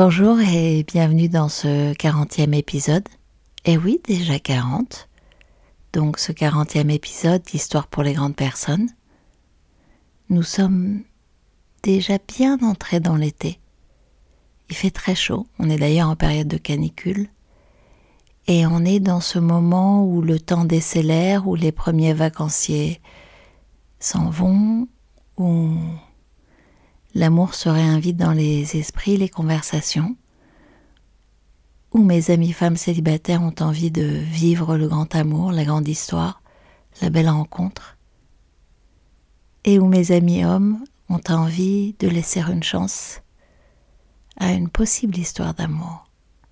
Bonjour et bienvenue dans ce 40e épisode. Et oui, déjà 40. Donc ce 40e épisode d'Histoire pour les grandes personnes. Nous sommes déjà bien entrés dans l'été. Il fait très chaud, on est d'ailleurs en période de canicule. Et on est dans ce moment où le temps décélère, où les premiers vacanciers s'en vont, où l'amour se réinvite dans les esprits, les conversations, où mes amies femmes célibataires ont envie de vivre le grand amour, la grande histoire, la belle rencontre, et où mes amis hommes ont envie de laisser une chance à une possible histoire d'amour.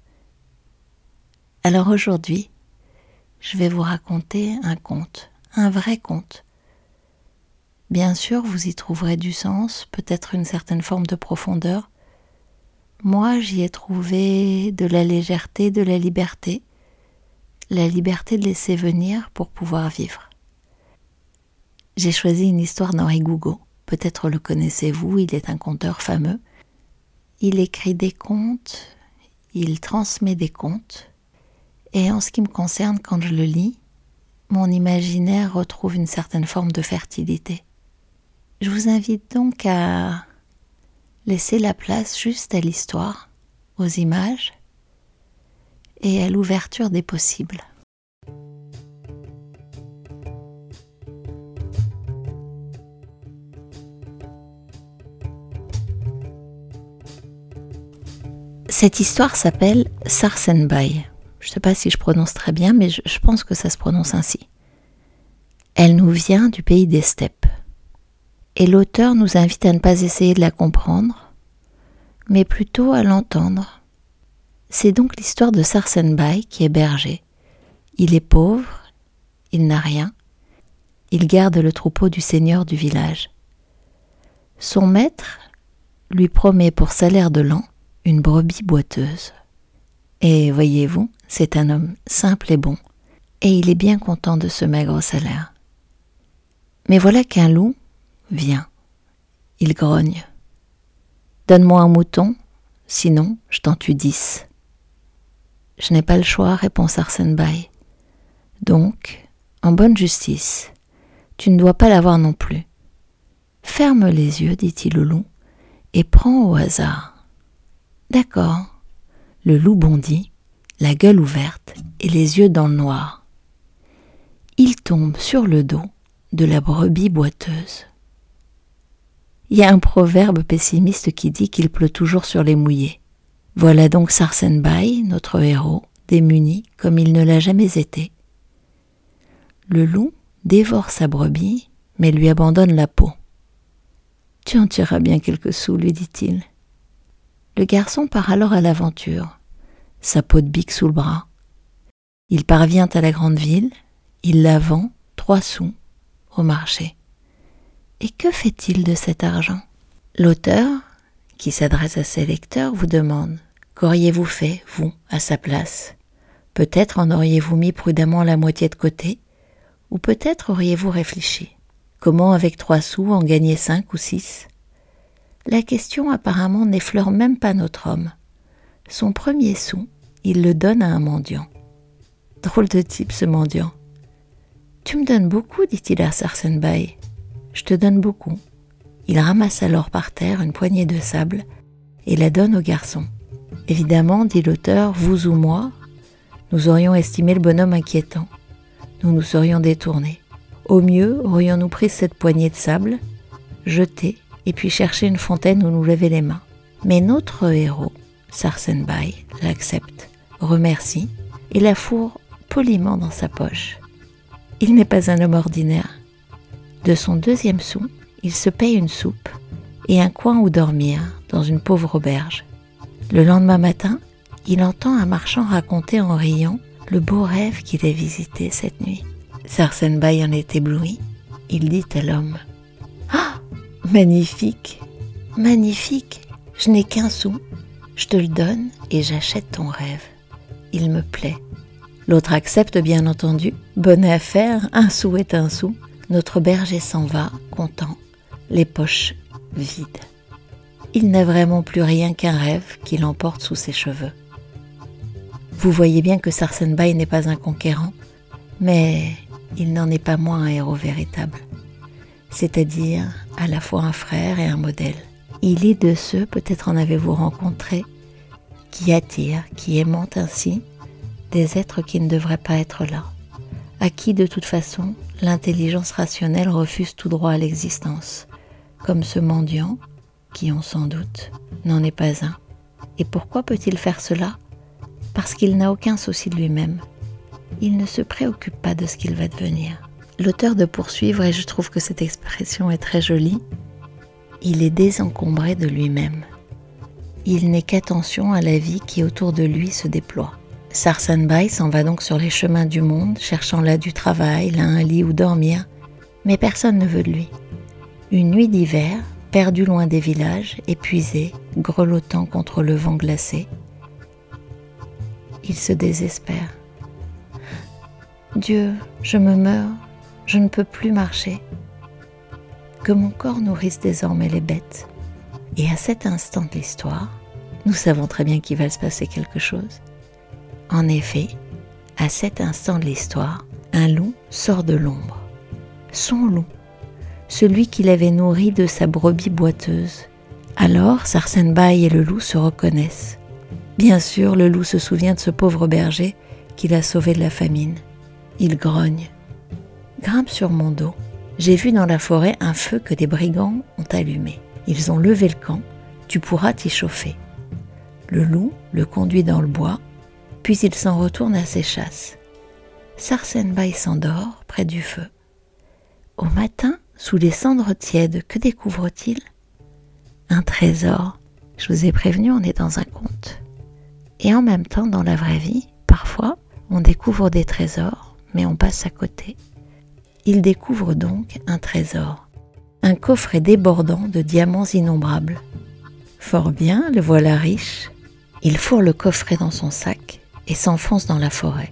Alors aujourd'hui, je vais vous raconter un conte, un vrai conte. Bien sûr, vous y trouverez du sens, peut-être une certaine forme de profondeur. Moi, j'y ai trouvé de la légèreté, de la liberté de laisser venir pour pouvoir vivre. J'ai choisi une histoire d'Henri Gougaud, peut-être le connaissez-vous, il est un conteur fameux. Il écrit des contes, il transmet des contes, et en ce qui me concerne, quand je le lis, mon imaginaire retrouve une certaine forme de fertilité. Je vous invite donc à laisser la place juste à l'histoire, aux images et à l'ouverture des possibles. Cette histoire s'appelle Sarsenbaï. Je ne sais pas si je prononce très bien, mais je pense que ça se prononce ainsi. Elle nous vient du pays des steppes. Et l'auteur nous invite à ne pas essayer de la comprendre, mais plutôt à l'entendre. C'est donc l'histoire de Sarsenbaï qui est berger. Il est pauvre, il n'a rien, il garde le troupeau du seigneur du village. Son maître lui promet pour salaire de l'an une brebis boiteuse. Et voyez-vous, c'est un homme simple et bon, et il est bien content de ce maigre salaire. Mais voilà qu'un loup vient. Il grogne. « Donne-moi un mouton, sinon je t'en tue 10. » « Je n'ai pas le choix, répond Sarsenbaï. Donc, en bonne justice, tu ne dois pas l'avoir non plus. Ferme les yeux, dit-il au loup, et prends au hasard. D'accord. Le loup bondit, la gueule ouverte et les yeux dans le noir. Il tombe sur le dos de la brebis boiteuse. Il y a un proverbe pessimiste qui dit qu'il pleut toujours sur les mouillés. Voilà donc Sarsenbaï, notre héros, démuni comme il ne l'a jamais été. Le loup dévore sa brebis, mais lui abandonne la peau. « Tu en tireras bien quelques sous, lui dit-il. » Le garçon part alors à l'aventure, sa peau de bique sous le bras. Il parvient à la grande ville, il la vend 3 sous au marché. Et que fait-il de cet argent ? L'auteur, qui s'adresse à ses lecteurs, vous demande « Qu'auriez-vous fait, vous, à sa place ? Peut-être en auriez-vous mis prudemment la moitié de côté, ou peut-être auriez-vous réfléchi. Comment avec 3 sous en gagner 5 ou 6 ? La question apparemment n'effleure même pas notre homme. Son premier sou, il le donne à un mendiant. Drôle de type ce mendiant. « Tu me donnes beaucoup, dit-il à Sarsenbaï. Je te donne beaucoup. » Il ramasse alors par terre une poignée de sable et la donne au garçon. Évidemment, dit l'auteur, vous ou moi, nous aurions estimé le bonhomme inquiétant. Nous nous serions détournés. Au mieux, aurions-nous pris cette poignée de sable, jeté, et puis cherché une fontaine où nous laver les mains. Mais notre héros, Sarsenbaï, l'accepte, remercie et la fourre poliment dans sa poche. Il n'est pas un homme ordinaire. De son 2e sou, il se paye une soupe et un coin où dormir dans une pauvre auberge. Le lendemain matin, il entend un marchand raconter en riant le beau rêve qu'il a visité cette nuit. Sarsenbaï en est ébloui. Il dit à l'homme « Ah, magnifique, magnifique, je n'ai qu'1 sou, je te le donne et j'achète ton rêve. Il me plaît. » L'autre accepte bien entendu. Bonne affaire, 1 sou est 1 sou. Notre berger s'en va, content, les poches vides. il n'a vraiment plus rien qu'un rêve qui l'emporte sous ses cheveux. Vous voyez bien que Sarsenbay n'est pas un conquérant, mais il n'en est pas moins un héros véritable, c'est-à-dire à la fois un frère et un modèle. Il est de ceux, peut-être en avez-vous rencontré, qui attirent, qui aimantent ainsi des êtres qui ne devraient pas être là, à qui de toute façon l'intelligence rationnelle refuse tout droit à l'existence, comme ce mendiant, qui on sans doute n'en est pas un. Et pourquoi peut-il faire cela ? Parce qu'il n'a aucun souci de lui-même. Il ne se préoccupe pas de ce qu'il va devenir. L'auteur de poursuivre, et je trouve que cette expression est très jolie, il est désencombré de lui-même. Il n'est qu'attention à la vie qui autour de lui se déploie. Sarsenbay s'en va donc sur les chemins du monde, cherchant là du travail, là un lit où dormir, mais personne ne veut de lui. Une nuit d'hiver, perdu loin des villages, épuisé, grelottant contre le vent glacé, il se désespère. Dieu, je me meurs, je ne peux plus marcher. Que mon corps nourrisse désormais les bêtes. Et à cet instant de l'histoire, nous savons très bien qu'il va se passer quelque chose. En effet, à cet instant de l'histoire, un loup sort de l'ombre. Son loup, celui qu'il avait nourri de sa brebis boiteuse. Alors, Sarsenbay et le loup se reconnaissent. Bien sûr, le loup se souvient de ce pauvre berger qu'il a sauvé de la famine. Il grogne. « Grimpe sur mon dos. J'ai vu dans la forêt un feu que des brigands ont allumé. Ils ont levé le camp. Tu pourras t'y chauffer. » Le loup le conduit dans le bois, puis il s'en retourne à ses chasses. Sarsenbay s'endort près du feu. Au matin, sous les cendres tièdes, que découvre-t-il ? Un trésor. Je vous ai prévenu, on est dans un conte. Et en même temps, dans la vraie vie, parfois, on découvre des trésors, mais on passe à côté. Il découvre donc un trésor, un coffret débordant de diamants innombrables. Fort bien, le voilà riche. Il fourre le coffret dans son sac et s'enfonce dans la forêt.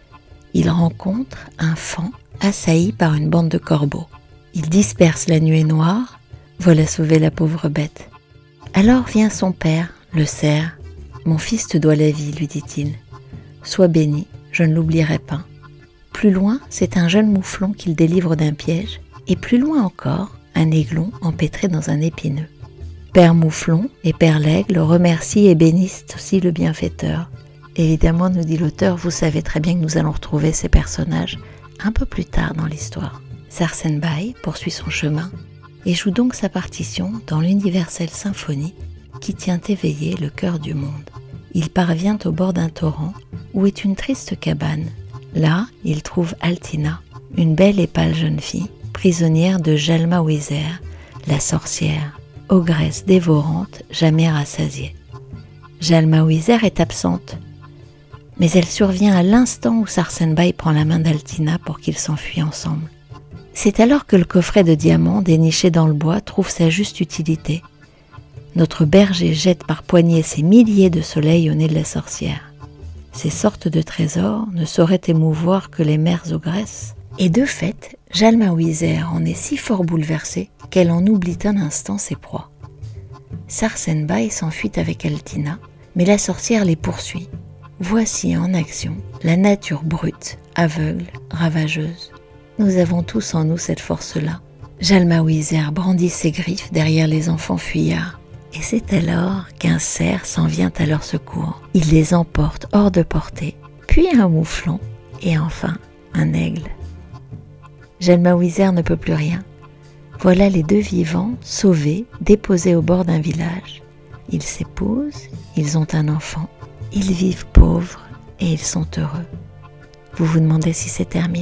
Il rencontre un faon assailli par une bande de corbeaux. Il disperse la nuée noire, voilà sauver la pauvre bête. Alors vient son père, le cerf. « Mon fils te doit la vie, lui dit-il. Sois béni, je ne l'oublierai pas. » Plus loin, c'est un jeune mouflon qu'il délivre d'un piège, et plus loin encore, un aiglon empêtré dans un épineux. Père Mouflon et Père l'Aigle remercient et bénissent aussi le bienfaiteur. Évidemment, nous dit l'auteur, vous savez très bien que nous allons retrouver ces personnages un peu plus tard dans l'histoire. Sarsenbay poursuit son chemin et joue donc sa partition dans l'universelle symphonie qui tient éveillé le cœur du monde. Il parvient au bord d'un torrent où est une triste cabane. Là, il trouve Altina, une belle et pâle jeune fille, prisonnière de Jalmaouiser, la sorcière, ogresse dévorante, jamais rassasiée. Jalmaouiser est absente, mais elle survient à l'instant où Sarsenbay prend la main d'Altina pour qu'ils s'enfuient ensemble. C'est alors que le coffret de diamants déniché dans le bois trouve sa juste utilité. Notre berger jette par poignées ces milliers de soleils au nez de la sorcière. Ces sortes de trésors ne sauraient émouvoir que les mères ogresses. Et de fait, Jalmaouiser en est si fort bouleversée qu'elle en oublie un instant ses proies. Sarsenbay s'enfuit avec Altina, mais la sorcière les poursuit. Voici en action la nature brute, aveugle, ravageuse. Nous avons tous en nous cette force-là. Jalmaouiser brandit ses griffes derrière les enfants fuyards. Et c'est alors qu'un cerf s'en vient à leur secours. Il les emporte hors de portée, puis un mouflon, et enfin un aigle. Jalmaouiser ne peut plus rien. Voilà les deux vivants, sauvés, déposés au bord d'un village. Ils s'épousent, ils ont un enfant, ils vivent pauvres et ils sont heureux. Vous vous demandez si c'est terminé ?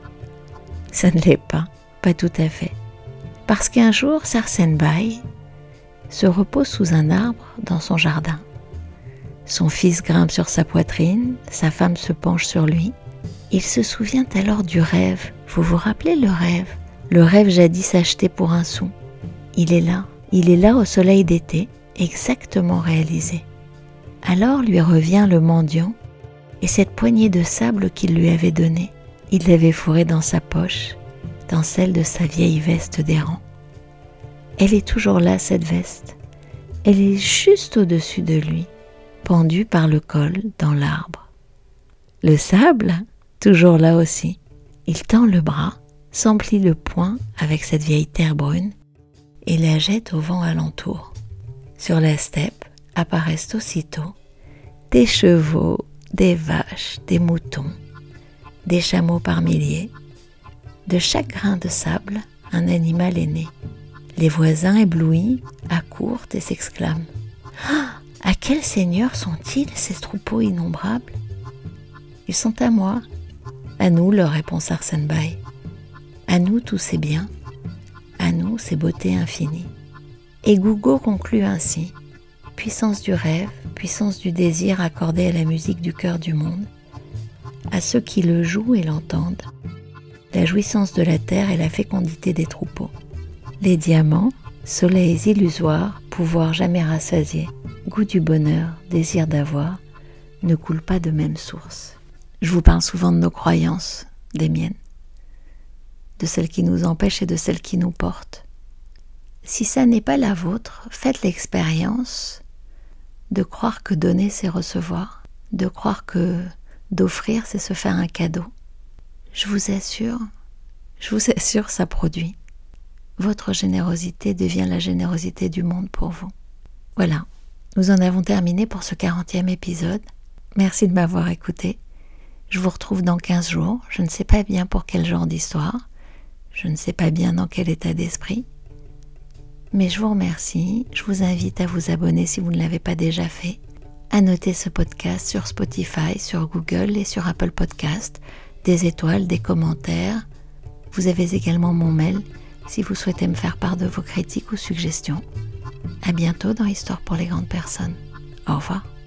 Ça ne l'est pas tout à fait. Parce qu'un jour, Sarsenbay se repose sous un arbre dans son jardin. Son fils grimpe sur sa poitrine, sa femme se penche sur lui. Il se souvient alors du rêve. Vous vous rappelez le rêve ? Le rêve jadis acheté pour un sou. Il est là au soleil d'été, exactement réalisé. Alors lui revient le mendiant et cette poignée de sable qu'il lui avait donnée. Il l'avait fourrée dans sa poche, dans celle de sa vieille veste d'errant. Elle est toujours là, cette veste. Elle est juste au-dessus de lui, pendue par le col dans l'arbre. Le sable, toujours là aussi. Il tend le bras, s'emplit le poing avec cette vieille terre brune et la jette au vent alentour. Sur la steppe apparaissent aussitôt des chevaux, des vaches, des moutons, des chameaux par milliers. De chaque grain de sable, un animal est né. Les voisins éblouis accourent et s'exclament « Ah, à quel seigneur sont-ils ces troupeaux innombrables ?»« Ils sont à moi. » « À nous, leur répond Sarsenbaï. « À nous tous ces biens. À nous ces beautés infinies. » Et Gougo conclut ainsi. Puissance du rêve, puissance du désir accordée à la musique du cœur du monde, à ceux qui le jouent et l'entendent, la jouissance de la terre et la fécondité des troupeaux. Les diamants, soleils illusoires, pouvoir jamais rassasiés, goût du bonheur, désir d'avoir, ne coulent pas de même source. Je vous parle souvent de nos croyances, des miennes, de celles qui nous empêchent et de celles qui nous portent. Si ça n'est pas la vôtre, faites l'expérience de croire que donner c'est recevoir, de croire que d'offrir c'est se faire un cadeau. Je vous assure, ça produit. Votre générosité devient la générosité du monde pour vous. Voilà, nous en avons terminé pour ce 40e épisode. Merci de m'avoir écouté. Je vous retrouve dans 15 jours. Je ne sais pas bien pour quel genre d'histoire. Je ne sais pas bien dans quel état d'esprit. Mais je vous remercie. Je vous invite à vous abonner si vous ne l'avez pas déjà fait. À noter ce podcast sur Spotify, sur Google et sur Apple Podcast. Des étoiles, des commentaires. Vous avez également mon mail si vous souhaitez me faire part de vos critiques ou suggestions. À bientôt dans Histoire pour les grandes personnes. Au revoir.